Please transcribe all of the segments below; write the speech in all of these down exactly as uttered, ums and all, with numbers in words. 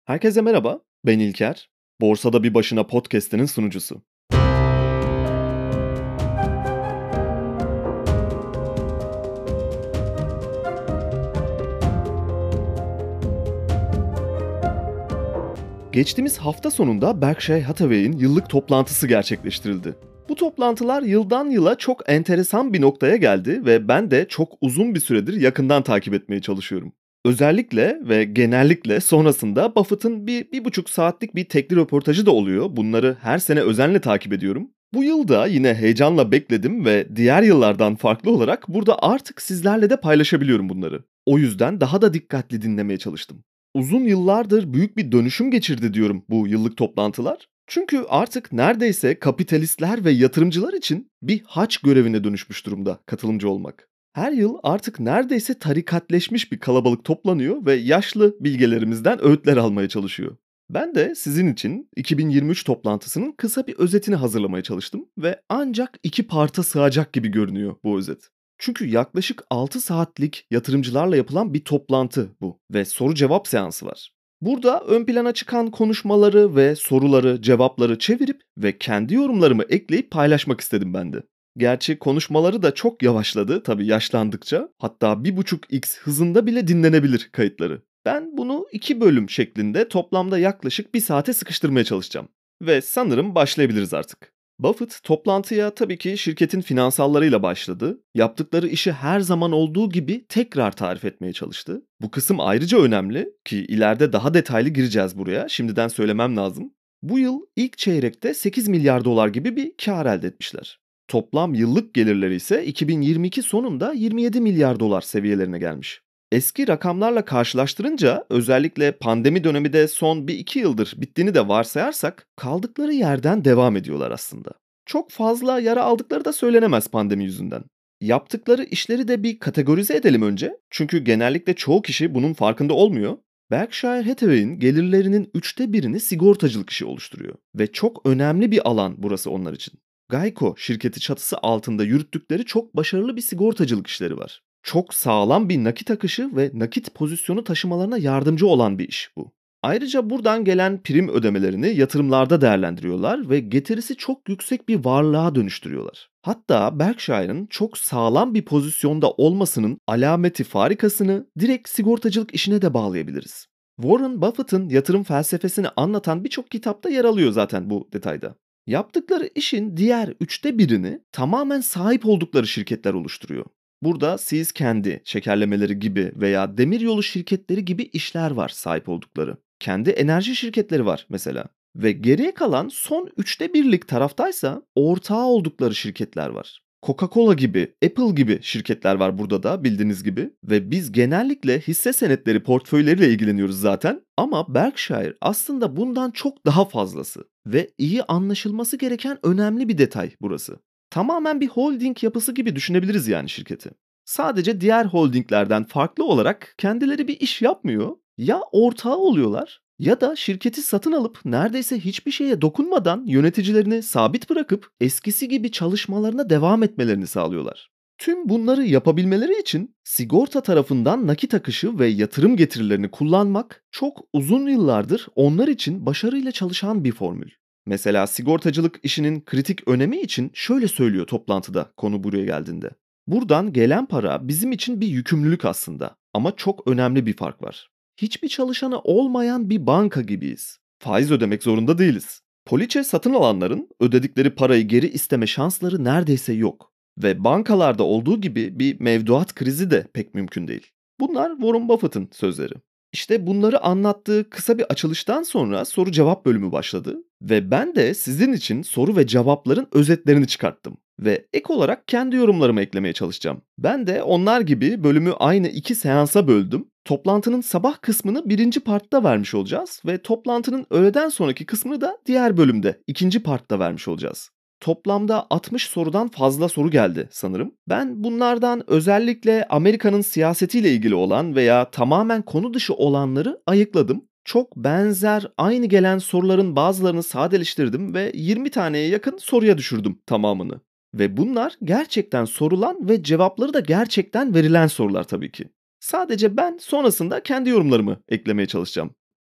Herkese merhaba, ben İlker. Borsada Bir Başına podcast'inin sunucusu. Geçtiğimiz hafta sonunda Berkshire Hathaway'in yıllık toplantısı gerçekleştirildi. Bu toplantılar yıldan yıla çok enteresan bir noktaya geldi ve ben de çok uzun bir süredir yakından takip etmeye çalışıyorum. Özellikle ve genellikle sonrasında Buffett'ın bir, bir buçuk saatlik bir tekli röportajı da oluyor. Bunları her sene özenle takip ediyorum. Bu yılda yine heyecanla bekledim ve diğer yıllardan farklı olarak burada artık sizlerle de paylaşabiliyorum bunları. O yüzden daha da dikkatli dinlemeye çalıştım. Uzun yıllardır büyük bir dönüşüm geçirdi diyorum bu yıllık toplantılar. Çünkü artık neredeyse kapitalistler ve yatırımcılar için bir haç görevine dönüşmüş durumda katılımcı olmak. Her yıl artık neredeyse tarikatleşmiş bir kalabalık toplanıyor ve yaşlı bilgelerimizden öğütler almaya çalışıyor. Ben de sizin için iki bin yirmi üç toplantısının kısa bir özetini hazırlamaya çalıştım ve ancak iki parta sığacak gibi görünüyor bu özet. Çünkü yaklaşık altı saatlik yatırımcılarla yapılan bir toplantı bu ve soru cevap seansı var. Burada ön plana çıkan konuşmaları ve soruları, cevapları çevirip ve kendi yorumlarımı ekleyip paylaşmak istedim ben de. Gerçi konuşmaları da çok yavaşladı tabii yaşlandıkça. Hatta bir buçuk x hızında bile dinlenebilir kayıtları. Ben bunu iki bölüm şeklinde toplamda yaklaşık bir saate sıkıştırmaya çalışacağım. Ve sanırım başlayabiliriz artık. Buffett toplantıya tabii ki şirketin finansallarıyla başladı. Yaptıkları işi her zaman olduğu gibi tekrar tarif etmeye çalıştı. Bu kısım ayrıca önemli ki ileride daha detaylı gireceğiz buraya. Şimdiden söylemem lazım. Bu yıl ilk çeyrekte sekiz milyar dolar gibi bir kar elde etmişler. Toplam yıllık gelirleri ise iki bin yirmi iki sonunda yirmi yedi milyar dolar seviyelerine gelmiş. Eski rakamlarla karşılaştırınca özellikle pandemi dönemi de son bir iki yıldır bittiğini de varsayarsak kaldıkları yerden devam ediyorlar aslında. Çok fazla yara aldıkları da söylenemez pandemi yüzünden. Yaptıkları işleri de bir kategorize edelim önce. Çünkü genellikle çoğu kişi bunun farkında olmuyor. Berkshire Hathaway'in gelirlerinin üçte birini sigortacılık işi oluşturuyor. Ve çok önemli bir alan burası onlar için. Geico şirketi çatısı altında yürüttükleri çok başarılı bir sigortacılık işleri var. Çok sağlam bir nakit akışı ve nakit pozisyonu taşımalarına yardımcı olan bir iş bu. Ayrıca buradan gelen prim ödemelerini yatırımlarda değerlendiriyorlar ve getirisi çok yüksek bir varlığa dönüştürüyorlar. Hatta Berkshire'ın çok sağlam bir pozisyonda olmasının alameti farikasını direkt sigortacılık işine de bağlayabiliriz. Warren Buffett'ın yatırım felsefesini anlatan birçok kitapta yer alıyor zaten bu detayda. Yaptıkları işin diğer üçte birini tamamen sahip oldukları şirketler oluşturuyor. Burada siz kendi şekerlemeleri gibi veya demiryolu şirketleri gibi işler var sahip oldukları. Kendi enerji şirketleri var mesela. Ve geriye kalan son üçte birlik taraftaysa ortağı oldukları şirketler var. Coca-Cola gibi, Apple gibi şirketler var burada da bildiğiniz gibi. Ve biz genellikle hisse senetleri portföyleriyle ilgileniyoruz zaten. Ama Berkshire aslında bundan çok daha fazlası. Ve iyi anlaşılması gereken önemli bir detay burası. Tamamen bir holding yapısı gibi düşünebiliriz yani şirketi. Sadece diğer holdinglerden farklı olarak kendileri bir iş yapmıyor. Ya ortağı oluyorlar ya da şirketi satın alıp neredeyse hiçbir şeye dokunmadan yöneticilerini sabit bırakıp eskisi gibi çalışmalarına devam etmelerini sağlıyorlar. Tüm bunları yapabilmeleri için sigorta tarafından nakit akışı ve yatırım getirilerini kullanmak çok uzun yıllardır onlar için başarıyla çalışan bir formül. Mesela sigortacılık işinin kritik önemi için şöyle söylüyor toplantıda konu buraya geldiğinde. Buradan gelen para bizim için bir yükümlülük aslında ama çok önemli bir fark var. Hiçbir çalışanı olmayan bir banka gibiyiz. Faiz ödemek zorunda değiliz. Poliçe satın alanların ödedikleri parayı geri isteme şansları neredeyse yok. Ve bankalarda olduğu gibi bir mevduat krizi de pek mümkün değil. Bunlar Warren Buffett'ın sözleri. İşte bunları anlattığı kısa bir açılıştan sonra soru cevap bölümü başladı ve ben de sizin için soru ve cevapların özetlerini çıkarttım ve ek olarak kendi yorumlarımı eklemeye çalışacağım. Ben de onlar gibi bölümü aynı iki seansa böldüm. Toplantının sabah kısmını birinci partta vermiş olacağız ve toplantının öğleden sonraki kısmını da diğer bölümde ikinci partta vermiş olacağız. Toplamda altmış sorudan fazla soru geldi sanırım. Ben bunlardan özellikle Amerika'nın siyasetiyle ilgili olan veya tamamen konu dışı olanları ayıkladım. Çok benzer, aynı gelen soruların bazılarını sadeleştirdim ve yirmi taneye yakın soruya düşürdüm tamamını. Ve bunlar gerçekten sorulan ve cevapları da gerçekten verilen sorular tabii ki. Sadece ben sonrasında kendi yorumlarımı eklemeye çalışacağım.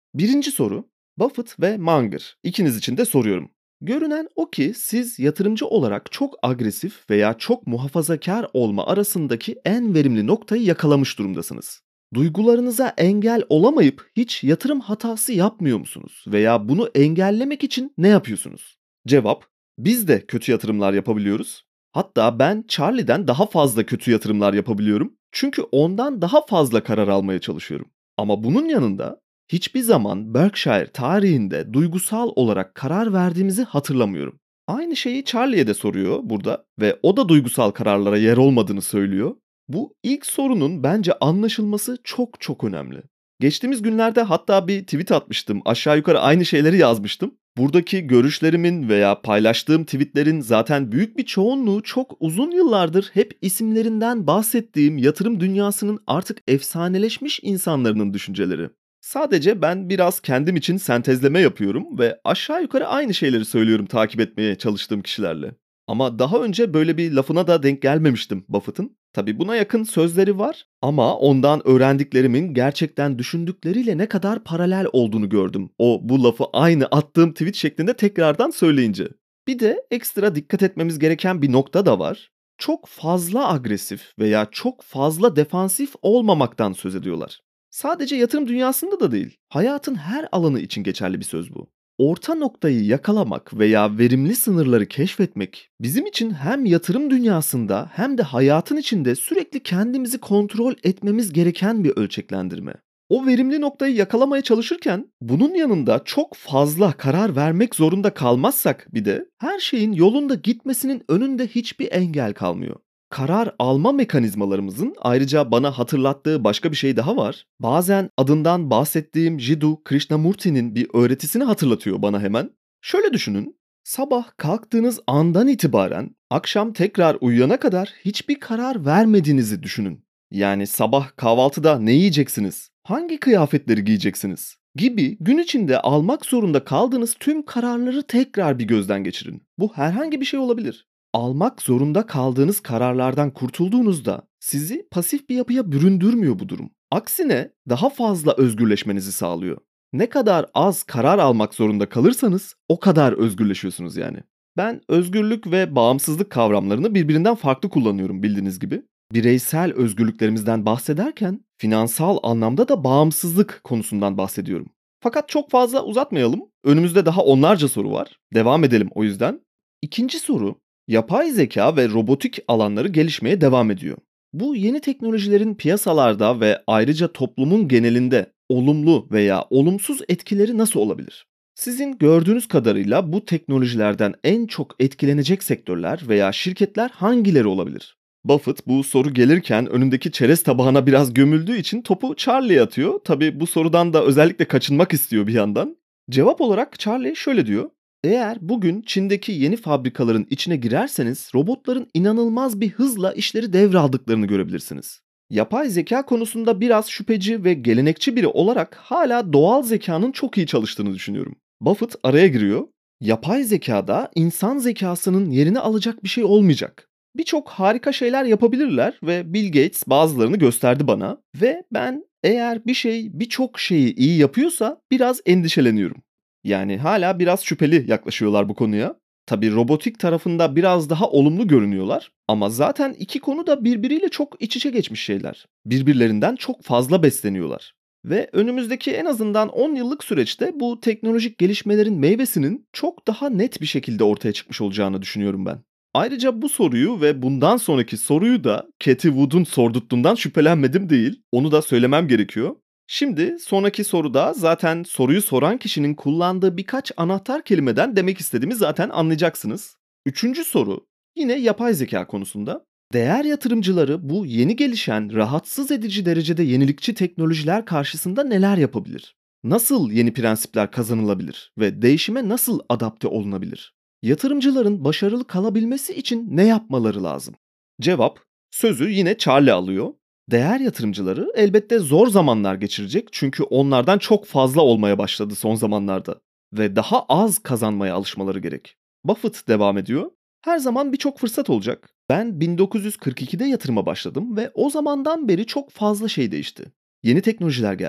Birinci soru, Buffett ve Munger. İkiniz için de soruyorum. Görünen o ki siz yatırımcı olarak çok agresif veya çok muhafazakar olma arasındaki en verimli noktayı yakalamış durumdasınız. Duygularınıza engel olamayıp hiç yatırım hatası yapmıyor musunuz? Veya bunu engellemek için ne yapıyorsunuz? Cevap, biz de kötü yatırımlar yapabiliyoruz. Hatta ben Charlie'den daha fazla kötü yatırımlar yapabiliyorum. Çünkü ondan daha fazla karar almaya çalışıyorum. Ama bunun yanında hiçbir zaman Berkshire tarihinde duygusal olarak karar verdiğimizi hatırlamıyorum. Aynı şeyi Charlie'ye de soruyor burada ve o da duygusal kararlara yer olmadığını söylüyor. Bu ilk sorunun bence anlaşılması çok çok önemli. Geçtiğimiz günlerde hatta bir tweet atmıştım. Aşağı yukarı aynı şeyleri yazmıştım. Buradaki görüşlerimin veya paylaştığım tweetlerin zaten büyük bir çoğunluğu çok uzun yıllardır hep isimlerinden bahsettiğim yatırım dünyasının artık efsaneleşmiş insanların düşünceleri. Sadece ben biraz kendim için sentezleme yapıyorum ve aşağı yukarı aynı şeyleri söylüyorum takip etmeye çalıştığım kişilerle. Ama daha önce böyle bir lafına da denk gelmemiştim Buffett'ın. Tabii buna yakın sözleri var ama ondan öğrendiklerimin gerçekten düşündükleriyle ne kadar paralel olduğunu gördüm. O bu lafı aynı attığım tweet şeklinde tekrardan söyleyince. Bir de ekstra dikkat etmemiz gereken bir nokta da var. Çok fazla agresif veya çok fazla defansif olmamaktan söz ediyorlar. Sadece yatırım dünyasında da değil, hayatın her alanı için geçerli bir söz bu. Orta noktayı yakalamak veya verimli sınırları keşfetmek bizim için hem yatırım dünyasında hem de hayatın içinde sürekli kendimizi kontrol etmemiz gereken bir ölçeklendirme. O verimli noktayı yakalamaya çalışırken bunun yanında çok fazla karar vermek zorunda kalmazsak bir de her şeyin yolunda gitmesinin önünde hiçbir engel kalmıyor. Karar alma mekanizmalarımızın ayrıca bana hatırlattığı başka bir şey daha var. Bazen adından bahsettiğim Jiddu Krishnamurti'nin bir öğretisini hatırlatıyor bana hemen. Şöyle düşünün, sabah kalktığınız andan itibaren akşam tekrar uyuyana kadar hiçbir karar vermediğinizi düşünün. Yani sabah kahvaltıda ne yiyeceksiniz? Hangi kıyafetleri giyeceksiniz? Gibi gün içinde almak zorunda kaldığınız tüm kararları tekrar bir gözden geçirin. Bu herhangi bir şey olabilir. Almak zorunda kaldığınız kararlardan kurtulduğunuzda sizi pasif bir yapıya büründürmüyor bu durum. Aksine daha fazla özgürleşmenizi sağlıyor. Ne kadar az karar almak zorunda kalırsanız o kadar özgürleşiyorsunuz yani. Ben özgürlük ve bağımsızlık kavramlarını birbirinden farklı kullanıyorum bildiğiniz gibi. Bireysel özgürlüklerimizden bahsederken finansal anlamda da bağımsızlık konusundan bahsediyorum. Fakat çok fazla uzatmayalım. Önümüzde daha onlarca soru var. Devam edelim o yüzden. İkinci soru, yapay zeka ve robotik alanları gelişmeye devam ediyor. Bu yeni teknolojilerin piyasalarda ve ayrıca toplumun genelinde olumlu veya olumsuz etkileri nasıl olabilir? Sizin gördüğünüz kadarıyla bu teknolojilerden en çok etkilenecek sektörler veya şirketler hangileri olabilir? Buffett bu soru gelirken önündeki çerez tabağına biraz gömüldüğü için topu Charlie'ye atıyor. Tabii bu sorudan da özellikle kaçınmak istiyor bir yandan. Cevap olarak Charlie şöyle diyor. Eğer bugün Çin'deki yeni fabrikaların içine girerseniz robotların inanılmaz bir hızla işleri devraldıklarını görebilirsiniz. Yapay zeka konusunda biraz şüpheci ve gelenekçi biri olarak hala doğal zekanın çok iyi çalıştığını düşünüyorum. Buffett araya giriyor. Yapay zekada insan zekasının yerini alacak bir şey olmayacak. Birçok harika şeyler yapabilirler ve Bill Gates bazılarını gösterdi bana ve ben eğer bir şey birçok şeyi iyi yapıyorsa biraz endişeleniyorum. Yani hala biraz şüpheli yaklaşıyorlar bu konuya. Tabii robotik tarafında biraz daha olumlu görünüyorlar ama zaten iki konu da birbiriyle çok iç içe geçmiş şeyler. Birbirlerinden çok fazla besleniyorlar. Ve önümüzdeki en azından on yıllık süreçte bu teknolojik gelişmelerin meyvesinin çok daha net bir şekilde ortaya çıkmış olacağını düşünüyorum ben. Ayrıca bu soruyu ve bundan sonraki soruyu da Cathie Wood'un sordurttuğundan şüphelenmedim değil. Onu da söylemem gerekiyor. Şimdi sonraki soruda zaten soruyu soran kişinin kullandığı birkaç anahtar kelimeden demek istediğimi zaten anlayacaksınız. Üçüncü soru yine yapay zeka konusunda. Değer yatırımcıları bu yeni gelişen, rahatsız edici derecede yenilikçi teknolojiler karşısında neler yapabilir? Nasıl yeni prensipler kazanılabilir ve değişime nasıl adapte olunabilir? Yatırımcıların başarılı kalabilmesi için ne yapmaları lazım? Cevap, sözü yine Charlie alıyor. Değer yatırımcıları elbette zor zamanlar geçirecek çünkü onlardan çok fazla olmaya başladı son zamanlarda ve daha az kazanmaya alışmaları gerek. Buffett devam ediyor. Her zaman birçok fırsat olacak. Ben bin dokuz yüz kırk ikide yatırıma başladım ve o zamandan beri çok fazla şey değişti. Yeni teknolojiler geldi.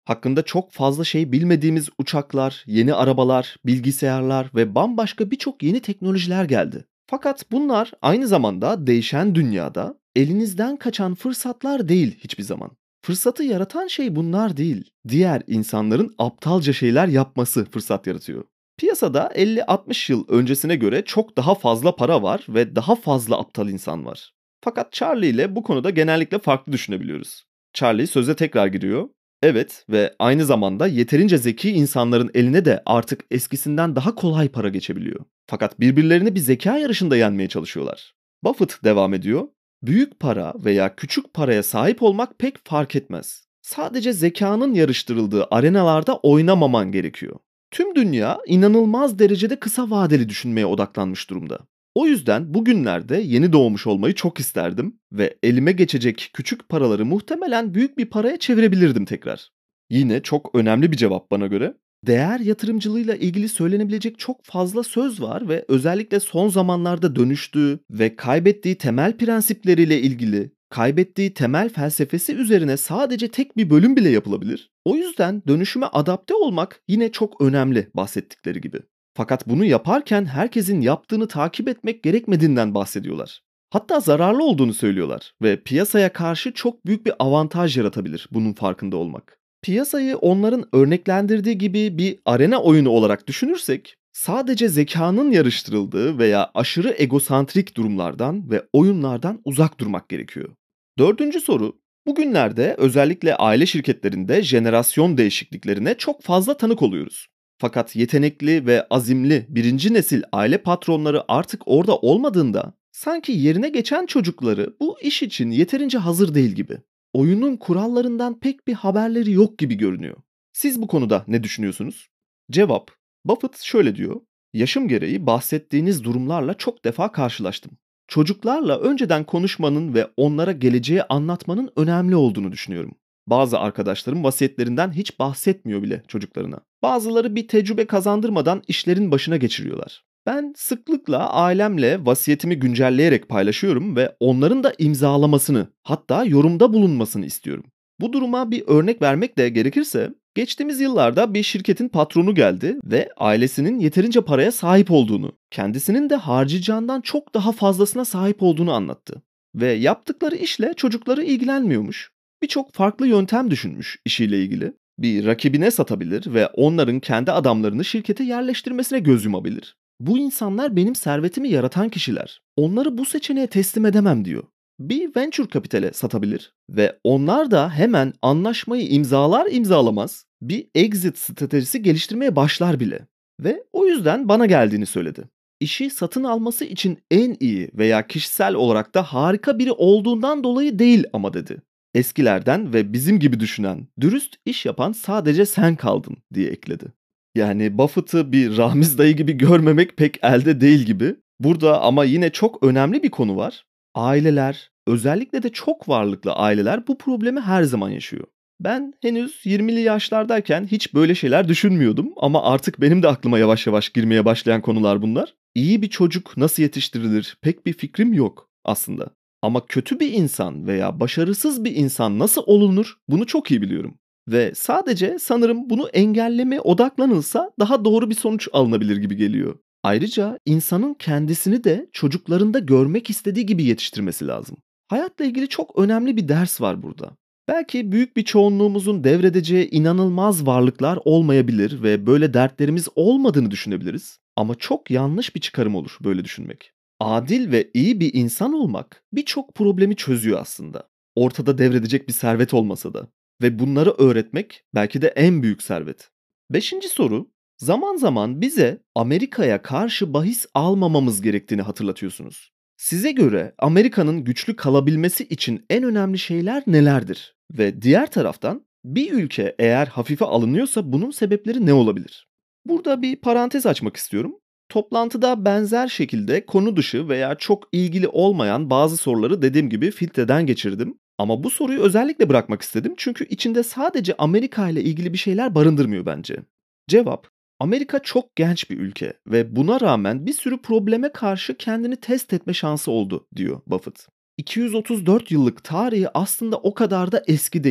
Hakkında çok fazla şey bilmediğimiz uçaklar, yeni arabalar, bilgisayarlar ve bambaşka birçok yeni teknolojiler geldi. Fakat bunlar aynı zamanda değişen dünyada elinizden kaçan fırsatlar değil hiçbir zaman. Fırsatı yaratan şey bunlar değil. Diğer insanların aptalca şeyler yapması fırsat yaratıyor. Piyasada elli altmış yıl öncesine göre çok daha fazla para var ve daha fazla aptal insan var. Fakat Charlie ile bu konuda genellikle farklı düşünebiliyoruz. Charlie söze tekrar giriyor. Evet ve aynı zamanda yeterince zeki insanların eline de artık eskisinden daha kolay para geçebiliyor. Fakat birbirlerini bir zeka yarışında yenmeye çalışıyorlar. Buffett devam ediyor. Büyük para veya küçük paraya sahip olmak pek fark etmez. Sadece zekanın yarıştırıldığı arenalarda oynamaman gerekiyor. Tüm dünya inanılmaz derecede kısa vadeli düşünmeye odaklanmış durumda. O yüzden bugünlerde yeni doğmuş olmayı çok isterdim ve elime geçecek küçük paraları muhtemelen büyük bir paraya çevirebilirdim tekrar. Yine çok önemli bir cevap bana göre. Değer yatırımcılığıyla ilgili söylenebilecek çok fazla söz var ve özellikle son zamanlarda dönüştüğü ve kaybettiği temel prensipleriyle ilgili, kaybettiği temel felsefesi üzerine sadece tek bir bölüm bile yapılabilir. O yüzden dönüşüme adapte olmak yine çok önemli bahsettikleri gibi. Fakat bunu yaparken herkesin yaptığını takip etmek gerekmediğinden bahsediyorlar. Hatta zararlı olduğunu söylüyorlar ve piyasaya karşı çok büyük bir avantaj yaratabilir bunun farkında olmak. Piyasayı onların örneklendirdiği gibi bir arena oyunu olarak düşünürsek, sadece zekanın yarıştırıldığı veya aşırı egosantrik durumlardan ve oyunlardan uzak durmak gerekiyor. Dördüncü soru, bugünlerde özellikle aile şirketlerinde jenerasyon değişikliklerine çok fazla tanık oluyoruz. Fakat yetenekli ve azimli birinci nesil aile patronları artık orada olmadığında sanki yerine geçen çocukları bu iş için yeterince hazır değil gibi. Oyunun kurallarından pek bir haberleri yok gibi görünüyor. Siz bu konuda ne düşünüyorsunuz? Cevap, Buffett şöyle diyor. Yaşım gereği bahsettiğiniz durumlarla çok defa karşılaştım. Çocuklarla önceden konuşmanın ve onlara geleceği anlatmanın önemli olduğunu düşünüyorum. Bazı arkadaşlarım vasiyetlerinden hiç bahsetmiyor bile çocuklarına. Bazıları bir tecrübe kazandırmadan işlerin başına geçiriyorlar. Ben sıklıkla ailemle vasiyetimi güncelleyerek paylaşıyorum ve onların da imzalamasını, hatta yorumda bulunmasını istiyorum. Bu duruma bir örnek vermek de gerekirse, geçtiğimiz yıllarda bir şirketin patronu geldi ve ailesinin yeterince paraya sahip olduğunu, kendisinin de harcayacağından çok daha fazlasına sahip olduğunu anlattı. Ve yaptıkları işle çocukları ilgilenmiyormuş. Birçok farklı yöntem düşünmüş işiyle ilgili. Bir rakibine satabilir ve onların kendi adamlarını şirkete yerleştirmesine göz yumabilir. Bu insanlar benim servetimi yaratan kişiler. Onları bu seçeneğe teslim edemem diyor. Bir venture kapitale satabilir ve onlar da hemen anlaşmayı imzalar imzalamaz bir exit stratejisi geliştirmeye başlar bile. Ve o yüzden bana geldiğini söyledi. İşi satın alması için en iyi veya kişisel olarak da harika biri olduğundan dolayı değil ama dedi. Eskilerden ve bizim gibi düşünen, dürüst iş yapan sadece sen kaldın diye ekledi. Yani Buffett'ı bir Ramiz dayı gibi görmemek pek elde değil gibi. Burada ama yine çok önemli bir konu var. Aileler, özellikle de çok varlıklı aileler bu problemi her zaman yaşıyor. Ben henüz yirmili yaşlardayken hiç böyle şeyler düşünmüyordum ama artık benim de aklıma yavaş yavaş girmeye başlayan konular bunlar. İyi bir çocuk nasıl yetiştirilir pek bir fikrim yok aslında. Ama kötü bir insan veya başarısız bir insan nasıl olunur bunu çok iyi biliyorum. Ve sadece sanırım bunu engellemeye odaklanılsa daha doğru bir sonuç alınabilir gibi geliyor. Ayrıca insanın kendisini de çocuklarında görmek istediği gibi yetiştirmesi lazım. Hayatla ilgili çok önemli bir ders var burada. Belki büyük bir çoğunluğumuzun devredeceği inanılmaz varlıklar olmayabilir ve böyle dertlerimiz olmadığını düşünebiliriz. Ama çok yanlış bir çıkarım olur böyle düşünmek. Adil ve iyi bir insan olmak birçok problemi çözüyor aslında. Ortada devredecek bir servet olmasa da. Ve bunları öğretmek belki de en büyük servet. Beşinci soru, zaman zaman bize Amerika'ya karşı bahis almamamız gerektiğini hatırlatıyorsunuz. Size göre Amerika'nın güçlü kalabilmesi için en önemli şeyler nelerdir? Ve diğer taraftan bir ülke eğer hafife alınıyorsa bunun sebepleri ne olabilir? Burada bir parantez açmak istiyorum. Toplantıda benzer şekilde konu dışı veya çok ilgili olmayan bazı soruları dediğim gibi filtreden geçirdim. Ama bu soruyu özellikle bırakmak istedim çünkü içinde sadece Amerika ile ilgili bir şeyler barındırmıyor bence. Cevap, Amerika çok genç bir ülke ve buna rağmen bir sürü probleme karşı kendini test etme şansı oldu diyor Buffett. iki yüz otuz dört yıllık tarihi aslında o kadar da eski değil.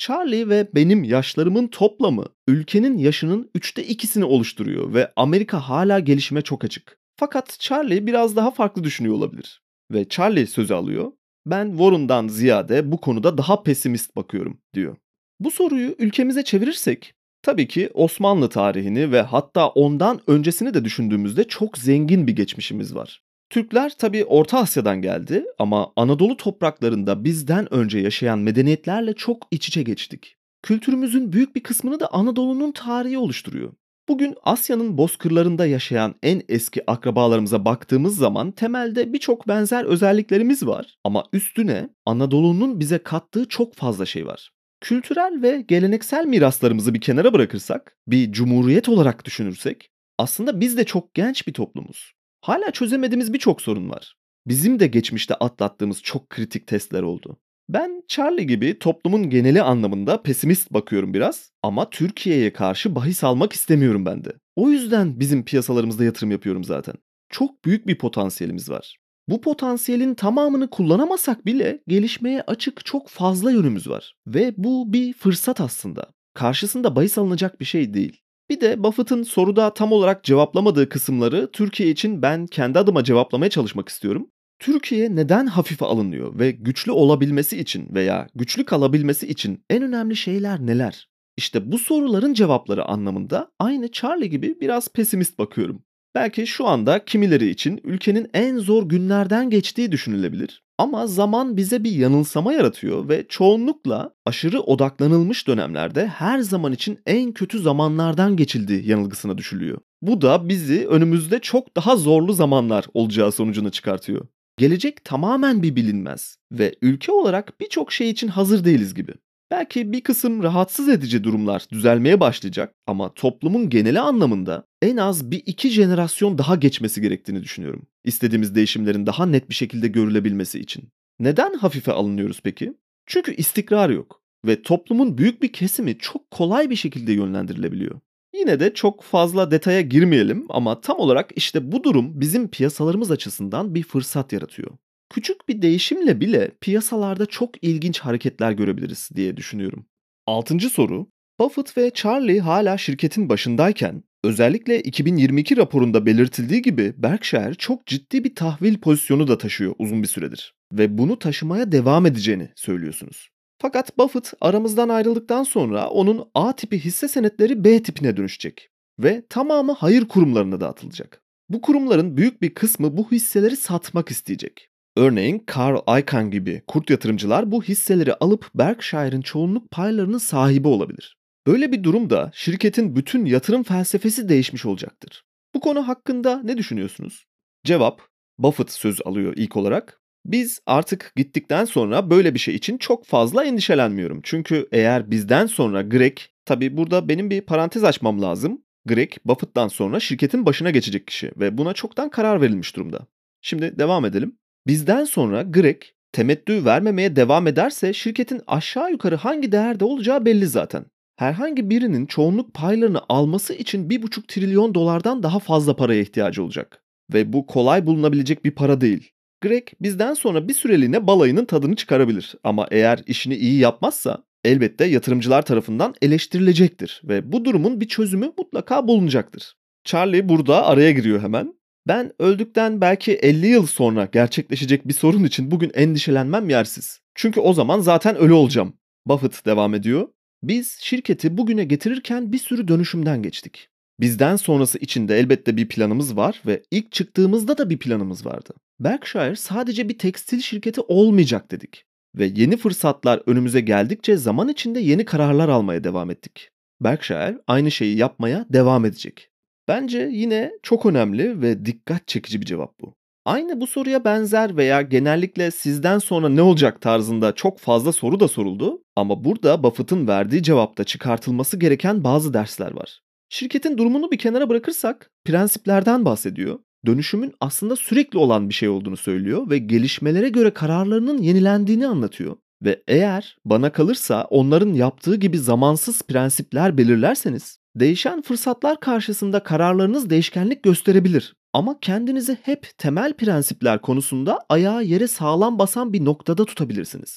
Charlie ve benim yaşlarımın toplamı ülkenin yaşının üçte ikisini oluşturuyor ve Amerika hala gelişime çok açık. Fakat Charlie biraz daha farklı düşünüyor olabilir. Ve Charlie sözü alıyor. Ben Warren'dan ziyade bu konuda daha pesimist bakıyorum diyor. Bu soruyu ülkemize çevirirsek tabii ki Osmanlı tarihini ve hatta ondan öncesini de düşündüğümüzde çok zengin bir geçmişimiz var. Türkler tabii Orta Asya'dan geldi ama Anadolu topraklarında bizden önce yaşayan medeniyetlerle çok iç içe geçtik. Kültürümüzün büyük bir kısmını da Anadolu'nun tarihi oluşturuyor. Bugün Asya'nın bozkırlarında yaşayan en eski akrabalarımıza baktığımız zaman temelde birçok benzer özelliklerimiz var ama üstüne Anadolu'nun bize kattığı çok fazla şey var. Kültürel ve geleneksel miraslarımızı bir kenara bırakırsak, bir cumhuriyet olarak düşünürsek, aslında biz de çok genç bir toplumuz. Hala çözemediğimiz birçok sorun var. Bizim de geçmişte atlattığımız çok kritik testler oldu. Ben Charlie gibi toplumun geneli anlamında pesimist bakıyorum biraz ama Türkiye'ye karşı bahis almak istemiyorum ben de. O yüzden bizim piyasalarımızda yatırım yapıyorum zaten. Çok büyük bir potansiyelimiz var. Bu potansiyelin tamamını kullanamasak bile gelişmeye açık çok fazla yönümüz var. Ve bu bir fırsat aslında. Karşısında bahis alınacak bir şey değil. Bir de Buffett'ın soruda tam olarak cevaplamadığı kısımları Türkiye için ben kendi adıma cevaplamaya çalışmak istiyorum. Türkiye neden hafife alınıyor ve güçlü olabilmesi için veya güçlü kalabilmesi için en önemli şeyler neler? İşte bu soruların cevapları anlamında aynı Charlie gibi biraz pesimist bakıyorum. Belki şu anda kimileri için ülkenin en zor günlerden geçtiği düşünülebilir. Ama zaman bize bir yanılsama yaratıyor ve çoğunlukla aşırı odaklanılmış dönemlerde her zaman için en kötü zamanlardan geçildiği yanılgısına düşülüyor. Bu da bizi önümüzde çok daha zorlu zamanlar olacağı sonucuna çıkartıyor. Gelecek tamamen bir bilinmez ve ülke olarak birçok şey için hazır değiliz gibi. Belki bir kısım rahatsız edici durumlar düzelmeye başlayacak ama toplumun geneli anlamında en az bir iki jenerasyon daha geçmesi gerektiğini düşünüyorum. İstediğimiz değişimlerin daha net bir şekilde görülebilmesi için. Neden hafife alınıyoruz peki? Çünkü istikrar yok ve toplumun büyük bir kesimi çok kolay bir şekilde yönlendirilebiliyor. Yine de çok fazla detaya girmeyelim ama tam olarak işte bu durum bizim piyasalarımız açısından bir fırsat yaratıyor. Küçük bir değişimle bile piyasalarda çok ilginç hareketler görebiliriz diye düşünüyorum. Altıncı soru. Buffett ve Charlie hala şirketin başındayken, özellikle iki bin yirmi iki raporunda belirtildiği gibi Berkshire çok ciddi bir tahvil pozisyonu da taşıyor uzun bir süredir. Ve bunu taşımaya devam edeceğini söylüyorsunuz. Fakat Buffett aramızdan ayrıldıktan sonra onun A tipi hisse senetleri B tipine dönüşecek. Ve tamamı hayır kurumlarına dağıtılacak. Bu kurumların büyük bir kısmı bu hisseleri satmak isteyecek. Örneğin Carl Icahn gibi kurt yatırımcılar bu hisseleri alıp Berkshire'ın çoğunluk paylarının sahibi olabilir. Böyle bir durumda şirketin bütün yatırım felsefesi değişmiş olacaktır. Bu konu hakkında ne düşünüyorsunuz? Cevap, Buffett söz alıyor ilk olarak. Biz artık gittikten sonra böyle bir şey için çok fazla endişelenmiyorum. Çünkü eğer bizden sonra Greg, tabii burada benim bir parantez açmam lazım. Greg, Buffett'tan sonra şirketin başına geçecek kişi ve buna çoktan karar verilmiş durumda. Şimdi devam edelim. Bizden sonra Greg temettü vermemeye devam ederse şirketin aşağı yukarı hangi değerde olacağı belli zaten. Herhangi birinin çoğunluk paylarını alması için bir buçuk trilyon dolardan daha fazla paraya ihtiyacı olacak. Ve bu kolay bulunabilecek bir para değil. Greg bizden sonra bir süreliğine balayının tadını çıkarabilir ama eğer işini iyi yapmazsa elbette yatırımcılar tarafından eleştirilecektir ve bu durumun bir çözümü mutlaka bulunacaktır. Charlie burada araya giriyor hemen. Ben öldükten belki elli yıl sonra gerçekleşecek bir sorun için bugün endişelenmem yersiz. Çünkü o zaman zaten ölü olacağım. Buffett devam ediyor. Biz şirketi bugüne getirirken bir sürü dönüşümden geçtik. Bizden sonrası için de elbette bir planımız var ve ilk çıktığımızda da bir planımız vardı. Berkshire sadece bir tekstil şirketi olmayacak dedik. Ve yeni fırsatlar önümüze geldikçe zaman içinde yeni kararlar almaya devam ettik. Berkshire aynı şeyi yapmaya devam edecek. Bence yine çok önemli ve dikkat çekici bir cevap bu. Aynı bu soruya benzer veya genellikle sizden sonra ne olacak tarzında çok fazla soru da soruldu ama burada Buffett'ın verdiği cevapta çıkartılması gereken bazı dersler var. Şirketin durumunu bir kenara bırakırsak prensiplerden bahsediyor. Dönüşümün aslında sürekli olan bir şey olduğunu söylüyor ve gelişmelere göre kararlarının yenilendiğini anlatıyor. Ve eğer bana kalırsa onların yaptığı gibi zamansız prensipler belirlerseniz değişen fırsatlar karşısında kararlarınız değişkenlik gösterebilir. Ama kendinizi hep temel prensipler konusunda ayağı yere sağlam basan bir noktada tutabilirsiniz.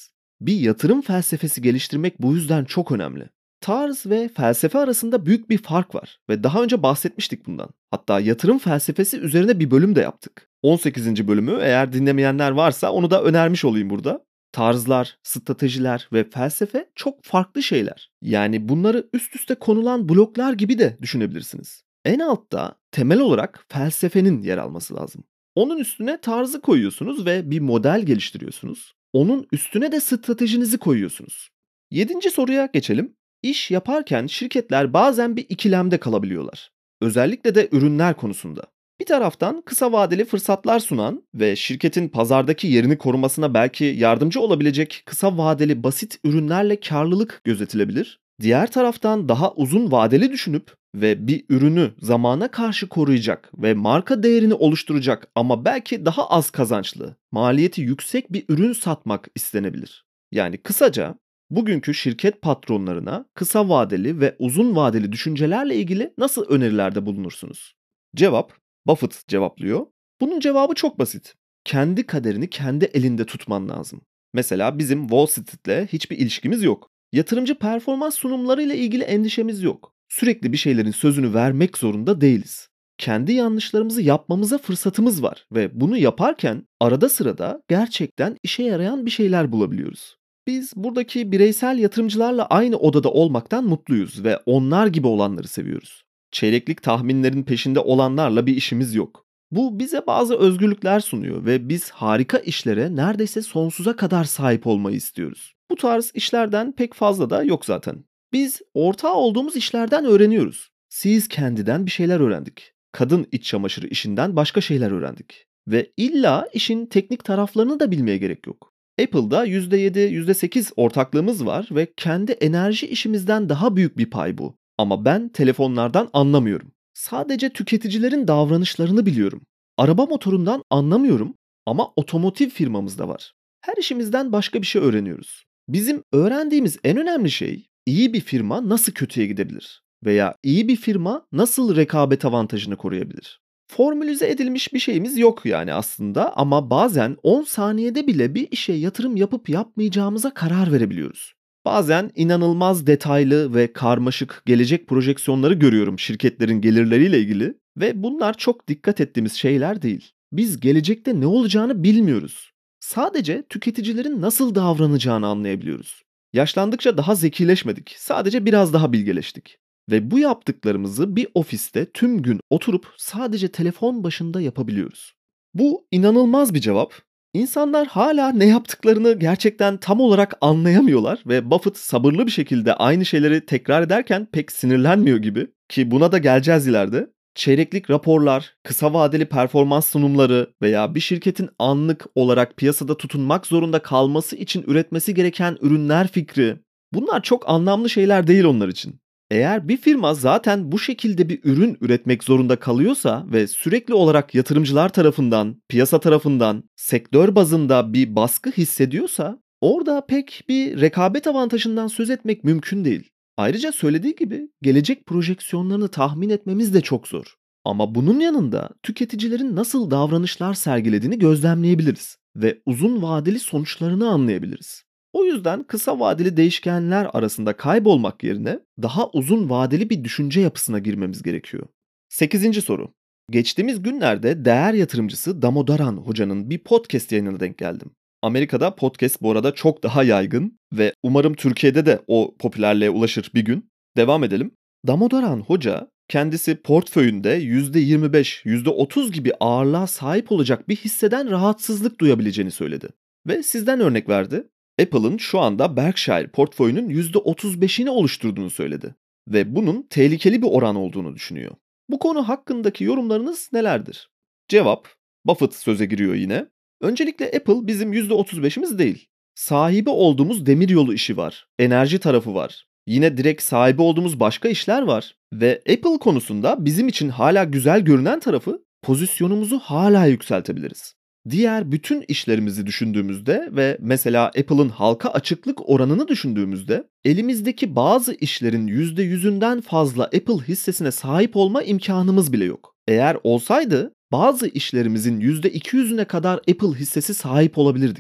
Bir yatırım felsefesi geliştirmek bu yüzden çok önemli. Tarz ve felsefe arasında büyük bir fark var ve daha önce bahsetmiştik bundan. Hatta yatırım felsefesi üzerine bir bölüm de yaptık. on sekizinci bölümü eğer dinlemeyenler varsa onu da önermiş olayım burada. Tarzlar, stratejiler ve felsefe çok farklı şeyler. Yani bunları üst üste konulan bloklar gibi de düşünebilirsiniz. En altta temel olarak felsefenin yer alması lazım. Onun üstüne tarzı koyuyorsunuz ve bir model geliştiriyorsunuz. Onun üstüne de stratejinizi koyuyorsunuz. Yedinci soruya geçelim. İş yaparken şirketler bazen bir ikilemde kalabiliyorlar. Özellikle de ürünler konusunda. Bir taraftan kısa vadeli fırsatlar sunan ve şirketin pazardaki yerini korumasına belki yardımcı olabilecek kısa vadeli basit ürünlerle karlılık gözetilebilir. Diğer taraftan daha uzun vadeli düşünüp ve bir ürünü zamana karşı koruyacak ve marka değerini oluşturacak ama belki daha az kazançlı, maliyeti yüksek bir ürün satmak istenebilir. Yani kısaca bugünkü şirket patronlarına kısa vadeli ve uzun vadeli düşüncelerle ilgili nasıl önerilerde bulunursunuz? Cevap, Buffett cevaplıyor. Bunun cevabı çok basit. Kendi kaderini kendi elinde tutman lazım. Mesela bizim Wall Street'le hiçbir ilişkimiz yok. Yatırımcı performans sunumlarıyla ilgili endişemiz yok. Sürekli bir şeylerin sözünü vermek zorunda değiliz. Kendi yanlışlarımızı yapmamıza fırsatımız var ve bunu yaparken arada sırada gerçekten işe yarayan bir şeyler bulabiliyoruz. Biz buradaki bireysel yatırımcılarla aynı odada olmaktan mutluyuz ve onlar gibi olanları seviyoruz. Çeyreklik tahminlerin peşinde olanlarla bir işimiz yok. Bu bize bazı özgürlükler sunuyor ve biz harika işlere neredeyse sonsuza kadar sahip olmayı istiyoruz. Bu tarz işlerden pek fazla da yok zaten. Biz ortağı olduğumuz işlerden öğreniyoruz. Siz kendiden bir şeyler öğrendik. Kadın iç çamaşırı işinden başka şeyler öğrendik. Ve illa işin teknik taraflarını da bilmeye gerek yok. Apple'da yüzde yedi, yüzde sekiz ortaklığımız var ve kendi enerji işimizden daha büyük bir pay bu. Ama ben telefonlardan anlamıyorum. Sadece tüketicilerin davranışlarını biliyorum. Araba motorundan anlamıyorum ama otomotiv firmamızda var. Her işimizden başka bir şey öğreniyoruz. Bizim öğrendiğimiz en önemli şey iyi bir firma nasıl kötüye gidebilir veya iyi bir firma nasıl rekabet avantajını koruyabilir. Formülize edilmiş bir şeyimiz yok yani aslında ama bazen on saniyede bile bir işe yatırım yapıp yapmayacağımıza karar verebiliyoruz. Bazen inanılmaz detaylı ve karmaşık gelecek projeksiyonları görüyorum şirketlerin gelirleriyle ilgili ve bunlar çok dikkat ettiğimiz şeyler değil. Biz gelecekte ne olacağını bilmiyoruz. Sadece tüketicilerin nasıl davranacağını anlayabiliyoruz. Yaşlandıkça daha zekileşmedik, sadece biraz daha bilgeleştik. Ve bu yaptıklarımızı bir ofiste tüm gün oturup sadece telefon başında yapabiliyoruz. Bu inanılmaz bir cevap. İnsanlar hala ne yaptıklarını gerçekten tam olarak anlayamıyorlar ve Buffett sabırlı bir şekilde aynı şeyleri tekrar ederken pek sinirlenmiyor gibi ki buna da geleceğiz ileride. Çeyreklik raporlar, kısa vadeli performans sunumları veya bir şirketin anlık olarak piyasada tutunmak zorunda kalması için üretmesi gereken ürünler fikri, bunlar çok anlamlı şeyler değil onlar için. Eğer bir firma zaten bu şekilde bir ürün üretmek zorunda kalıyorsa ve sürekli olarak yatırımcılar tarafından, piyasa tarafından, sektör bazında bir baskı hissediyorsa, orada pek bir rekabet avantajından söz etmek mümkün değil. Ayrıca söylediği gibi gelecek projeksiyonlarını tahmin etmemiz de çok zor. Ama bunun yanında tüketicilerin nasıl davranışlar sergilediğini gözlemleyebiliriz ve uzun vadeli sonuçlarını anlayabiliriz. O yüzden kısa vadeli değişkenler arasında kaybolmak yerine daha uzun vadeli bir düşünce yapısına girmemiz gerekiyor. Sekizinci soru. Geçtiğimiz günlerde değer yatırımcısı Damodaran Hoca'nın bir podcast yayınına denk geldim. Amerika'da podcast bu arada çok daha yaygın ve umarım Türkiye'de de o popülerliğe ulaşır bir gün. Devam edelim. Damodaran Hoca kendisi portföyünde yüzde yirmi beş, yüzde otuz gibi ağırlığa sahip olacak bir hisseden rahatsızlık duyabileceğini söyledi. Ve sizden örnek verdi. Apple'ın şu anda Berkshire portföyünün yüzde otuz beşini oluşturduğunu söyledi. Ve bunun tehlikeli bir oran olduğunu düşünüyor. Bu konu hakkındaki yorumlarınız nelerdir? Cevap, Buffett söze giriyor yine. Öncelikle Apple bizim yüzde otuz beşimiz değil. Sahibi olduğumuz demiryolu işi var, enerji tarafı var. Yine direkt sahibi olduğumuz başka işler var. Ve Apple konusunda bizim için hala güzel görünen tarafı pozisyonumuzu hala yükseltebiliriz. Diğer bütün işlerimizi düşündüğümüzde ve mesela Apple'ın halka açıklık oranını düşündüğümüzde elimizdeki bazı işlerin yüzde yüzünden fazla Apple hissesine sahip olma imkanımız bile yok. Eğer olsaydı bazı işlerimizin yüzde iki yüzüne kadar Apple hissesi sahip olabilirdik.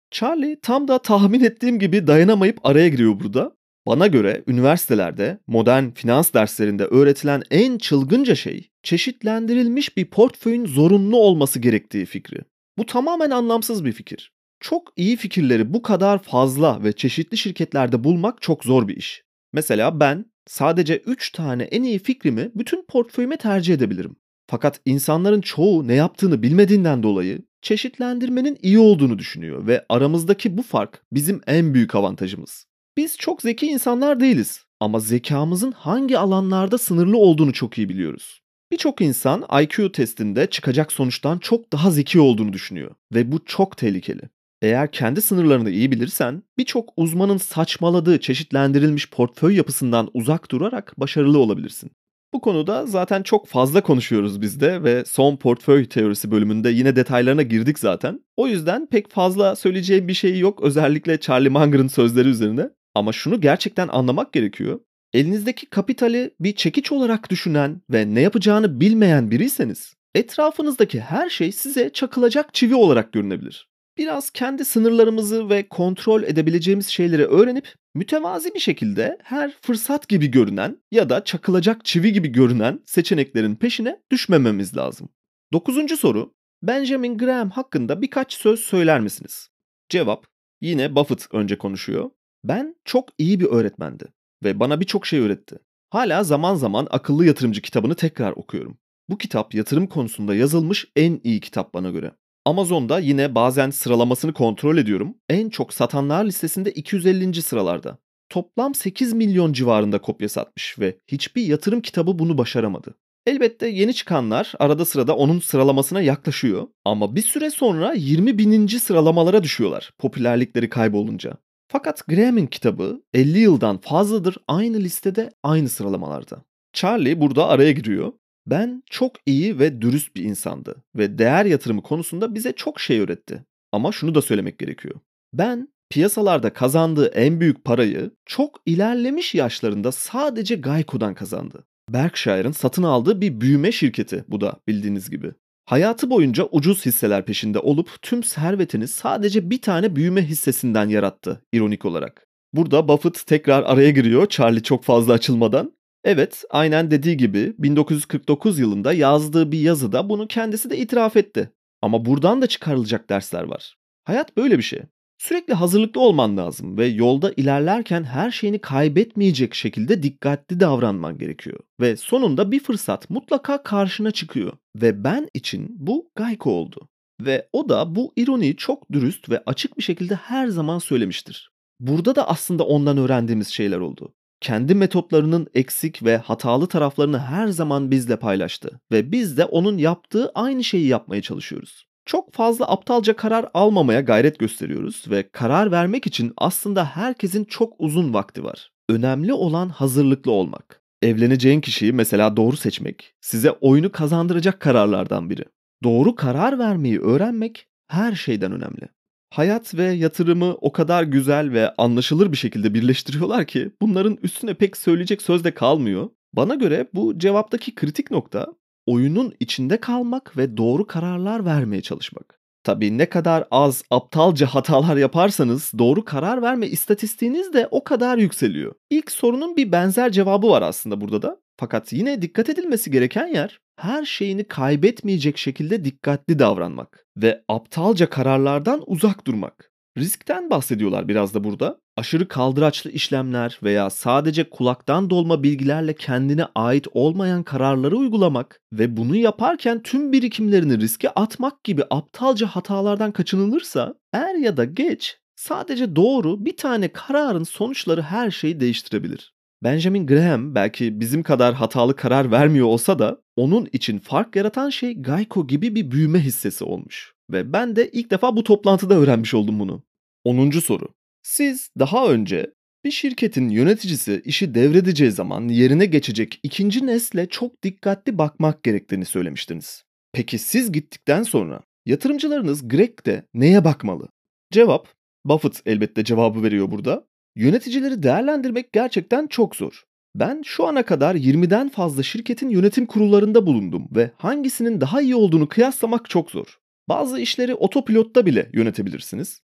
Charlie tam da tahmin ettiğim gibi dayanamayıp araya giriyor burada. Bana göre üniversitelerde, modern finans derslerinde öğretilen en çılgınca şey, çeşitlendirilmiş bir portföyün zorunlu olması gerektiği fikri. Bu tamamen anlamsız bir fikir. Çok iyi fikirleri bu kadar fazla ve çeşitli şirketlerde bulmak çok zor bir iş. Mesela ben sadece üç tane en iyi fikrimi bütün portföyüme tercih edebilirim. Fakat insanların çoğu ne yaptığını bilmediğinden dolayı çeşitlendirmenin iyi olduğunu düşünüyor ve aramızdaki bu fark bizim en büyük avantajımız. Biz çok zeki insanlar değiliz ama zekamızın hangi alanlarda sınırlı olduğunu çok iyi biliyoruz. Birçok insan I Q testinde çıkacak sonuçtan çok daha zeki olduğunu düşünüyor ve bu çok tehlikeli. Eğer kendi sınırlarını iyi bilirsen, birçok uzmanın saçmaladığı çeşitlendirilmiş portföy yapısından uzak durarak başarılı olabilirsin. Bu konuda zaten çok fazla konuşuyoruz biz de ve son portföy teorisi bölümünde yine detaylarına girdik zaten. O yüzden pek fazla söyleyeceğim bir şey yok, özellikle Charlie Munger'ın sözleri üzerine. Ama şunu gerçekten anlamak gerekiyor. Elinizdeki kapitali bir çekiç olarak düşünen ve ne yapacağını bilmeyen biriyseniz, etrafınızdaki her şey size çakılacak çivi olarak görünebilir. Biraz kendi sınırlarımızı ve kontrol edebileceğimiz şeyleri öğrenip mütevazi bir şekilde her fırsat gibi görünen ya da çakılacak çivi gibi görünen seçeneklerin peşine düşmememiz lazım. Dokuzuncu soru. Benjamin Graham hakkında birkaç söz söyler misiniz? Cevap. Yine Buffett önce konuşuyor. Ben çok iyi bir öğretmendi ve bana birçok şey öğretti. Hala zaman zaman Akıllı Yatırımcı kitabını tekrar okuyorum. Bu kitap yatırım konusunda yazılmış en iyi kitap bana göre. Amazon'da yine bazen sıralamasını kontrol ediyorum. En çok satanlar listesinde iki yüz ellinci sıralarda. Toplam sekiz milyon civarında kopya satmış ve hiçbir yatırım kitabı bunu başaramadı. Elbette yeni çıkanlar arada sırada onun sıralamasına yaklaşıyor ama bir süre sonra yirmi bininci sıralamalara düşüyorlar popülerlikleri kaybolunca. Fakat Graham'in kitabı elli yıldan fazladır aynı listede, aynı sıralamalarda. Charlie burada araya giriyor. Ben çok iyi ve dürüst bir insandı ve değer yatırımı konusunda bize çok şey öğretti. Ama şunu da söylemek gerekiyor. Ben piyasalarda kazandığı en büyük parayı çok ilerlemiş yaşlarında sadece Geico'dan kazandı. Berkshire'ın satın aldığı bir büyüme şirketi bu da, bildiğiniz gibi. Hayatı boyunca ucuz hisseler peşinde olup tüm servetini sadece bir tane büyüme hissesinden yarattı, ironik olarak. Burada Buffett tekrar araya giriyor, Charlie çok fazla açılmadan. Evet, aynen dediği gibi bin dokuz yüz kırk dokuz yılında yazdığı bir yazıda bunu kendisi de itiraf etti. Ama buradan da çıkarılacak dersler var. Hayat böyle bir şey. Sürekli hazırlıklı olman lazım ve yolda ilerlerken her şeyini kaybetmeyecek şekilde dikkatli davranman gerekiyor. Ve sonunda bir fırsat mutlaka karşına çıkıyor. Ve ben için bu Geico oldu. Ve o da bu ironiyi çok dürüst ve açık bir şekilde her zaman söylemiştir. Burada da aslında ondan öğrendiğimiz şeyler oldu. Kendi metotlarının eksik ve hatalı taraflarını her zaman bizle paylaştı ve biz de onun yaptığı aynı şeyi yapmaya çalışıyoruz. Çok fazla aptalca karar almamaya gayret gösteriyoruz ve karar vermek için aslında herkesin çok uzun vakti var. Önemli olan hazırlıklı olmak. Evleneceğin kişiyi mesela doğru seçmek, size oyunu kazandıracak kararlardan biri. Doğru karar vermeyi öğrenmek her şeyden önemli. Hayat ve yatırımı o kadar güzel ve anlaşılır bir şekilde birleştiriyorlar ki bunların üstüne pek söyleyecek söz de kalmıyor. Bana göre bu cevaptaki kritik nokta oyunun içinde kalmak ve doğru kararlar vermeye çalışmak. Tabii ne kadar az aptalca hatalar yaparsanız doğru karar verme istatistiğiniz de o kadar yükseliyor. İlk sorunun bir benzer cevabı var aslında burada da. Fakat yine dikkat edilmesi gereken yer her şeyini kaybetmeyecek şekilde dikkatli davranmak ve aptalca kararlardan uzak durmak. Riskten bahsediyorlar biraz da burada. Aşırı kaldıraçlı işlemler veya sadece kulaktan dolma bilgilerle kendine ait olmayan kararları uygulamak ve bunu yaparken tüm birikimlerini riske atmak gibi aptalca hatalardan kaçınılırsa er ya da geç sadece doğru bir tane kararın sonuçları her şeyi değiştirebilir. Benjamin Graham belki bizim kadar hatalı karar vermiyor olsa da onun için fark yaratan şey Geico gibi bir büyüme hissesi olmuş. Ve ben de ilk defa bu toplantıda öğrenmiş oldum bunu. Onuncu soru. Siz daha önce bir şirketin yöneticisi işi devredeceği zaman yerine geçecek ikinci nesle çok dikkatli bakmak gerektiğini söylemiştiniz. Peki siz gittikten sonra yatırımcılarınız Greg'de neye bakmalı? Cevap, Buffett elbette cevabı veriyor burada. Yöneticileri değerlendirmek gerçekten çok zor. Ben şu ana kadar yirmiden fazla şirketin yönetim kurullarında bulundum ve hangisinin daha iyi olduğunu kıyaslamak çok zor. Bazı işleri otopilotta bile yönetebilirsiniz.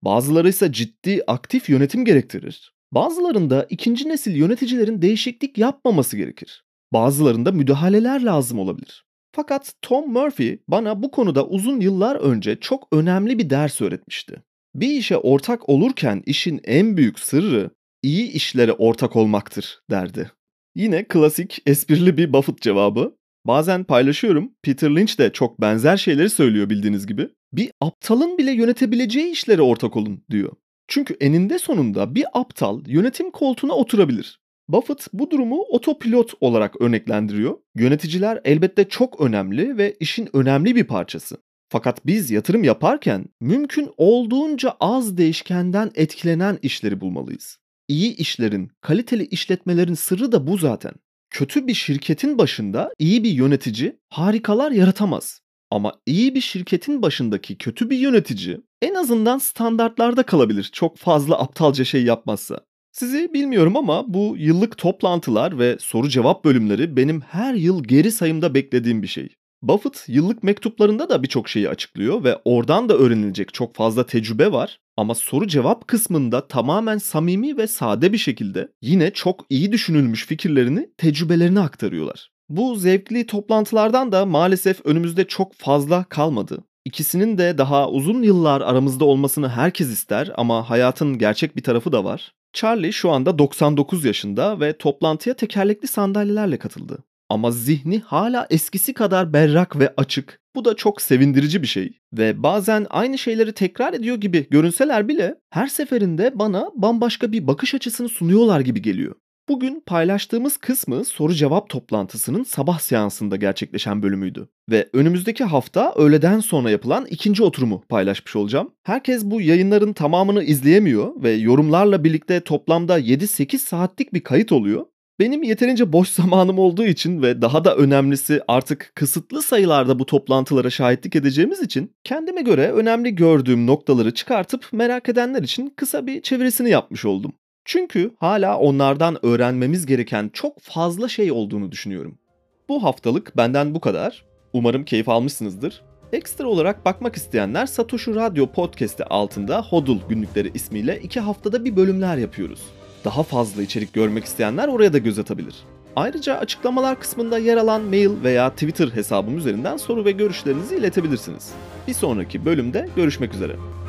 Bazıları ise ciddi aktif yönetim gerektirir. Bazılarında ikinci nesil yöneticilerin değişiklik yapmaması gerekir. Bazılarında müdahaleler lazım olabilir. Fakat Tom Murphy bana bu konuda uzun yıllar önce çok önemli bir ders öğretmişti. Bir işe ortak olurken işin en büyük sırrı iyi işlere ortak olmaktır derdi. Yine klasik esprili bir Buffett cevabı. Bazen paylaşıyorum. Peter Lynch de çok benzer şeyleri söylüyor bildiğiniz gibi. Bir aptalın bile yönetebileceği işlere ortak olun diyor. Çünkü eninde sonunda bir aptal yönetim koltuğuna oturabilir. Buffett bu durumu otopilot olarak örneklendiriyor. Yöneticiler elbette çok önemli ve işin önemli bir parçası. Fakat biz yatırım yaparken mümkün olduğunca az değişkenden etkilenen işleri bulmalıyız. İyi işlerin, kaliteli işletmelerin sırrı da bu zaten. Kötü bir şirketin başında iyi bir yönetici harikalar yaratamaz. Ama iyi bir şirketin başındaki kötü bir yönetici en azından standartlarda kalabilir çok fazla aptalca şey yapmazsa. Sizi bilmiyorum ama bu yıllık toplantılar ve soru cevap bölümleri benim her yıl geri sayımda beklediğim bir şey. Buffett yıllık mektuplarında da birçok şeyi açıklıyor ve oradan da öğrenilecek çok fazla tecrübe var. Ama soru cevap kısmında tamamen samimi ve sade bir şekilde yine çok iyi düşünülmüş fikirlerini, tecrübelerini aktarıyorlar. Bu zevkli toplantılardan da maalesef önümüzde çok fazla kalmadı. İkisinin de daha uzun yıllar aramızda olmasını herkes ister ama hayatın gerçek bir tarafı da var. Charlie şu anda doksan dokuz yaşında ve toplantıya tekerlekli sandalyelerle katıldı. Ama zihni hala eskisi kadar berrak ve açık. Bu da çok sevindirici bir şey. Ve bazen aynı şeyleri tekrar ediyor gibi görünseler bile her seferinde bana bambaşka bir bakış açısını sunuyorlar gibi geliyor. Bugün paylaştığımız kısmı soru cevap toplantısının sabah seansında gerçekleşen bölümüydü. Ve önümüzdeki hafta öğleden sonra yapılan ikinci oturumu paylaşmış olacağım. Herkes bu yayınların tamamını izleyemiyor ve yorumlarla birlikte toplamda yedi sekiz saatlik bir kayıt oluyor. Benim yeterince boş zamanım olduğu için ve daha da önemlisi artık kısıtlı sayılarda bu toplantılara şahitlik edeceğimiz için kendime göre önemli gördüğüm noktaları çıkartıp merak edenler için kısa bir çevirisini yapmış oldum. Çünkü hala onlardan öğrenmemiz gereken çok fazla şey olduğunu düşünüyorum. Bu haftalık benden bu kadar. Umarım keyif almışsınızdır. Ekstra olarak bakmak isteyenler Satoshi Radyo Podcast'i altında Hodl günlükleri ismiyle iki haftada bir bölümler yapıyoruz. Daha fazla içerik görmek isteyenler oraya da göz atabilir. Ayrıca açıklamalar kısmında yer alan mail veya Twitter hesabım üzerinden soru ve görüşlerinizi iletebilirsiniz. Bir sonraki bölümde görüşmek üzere.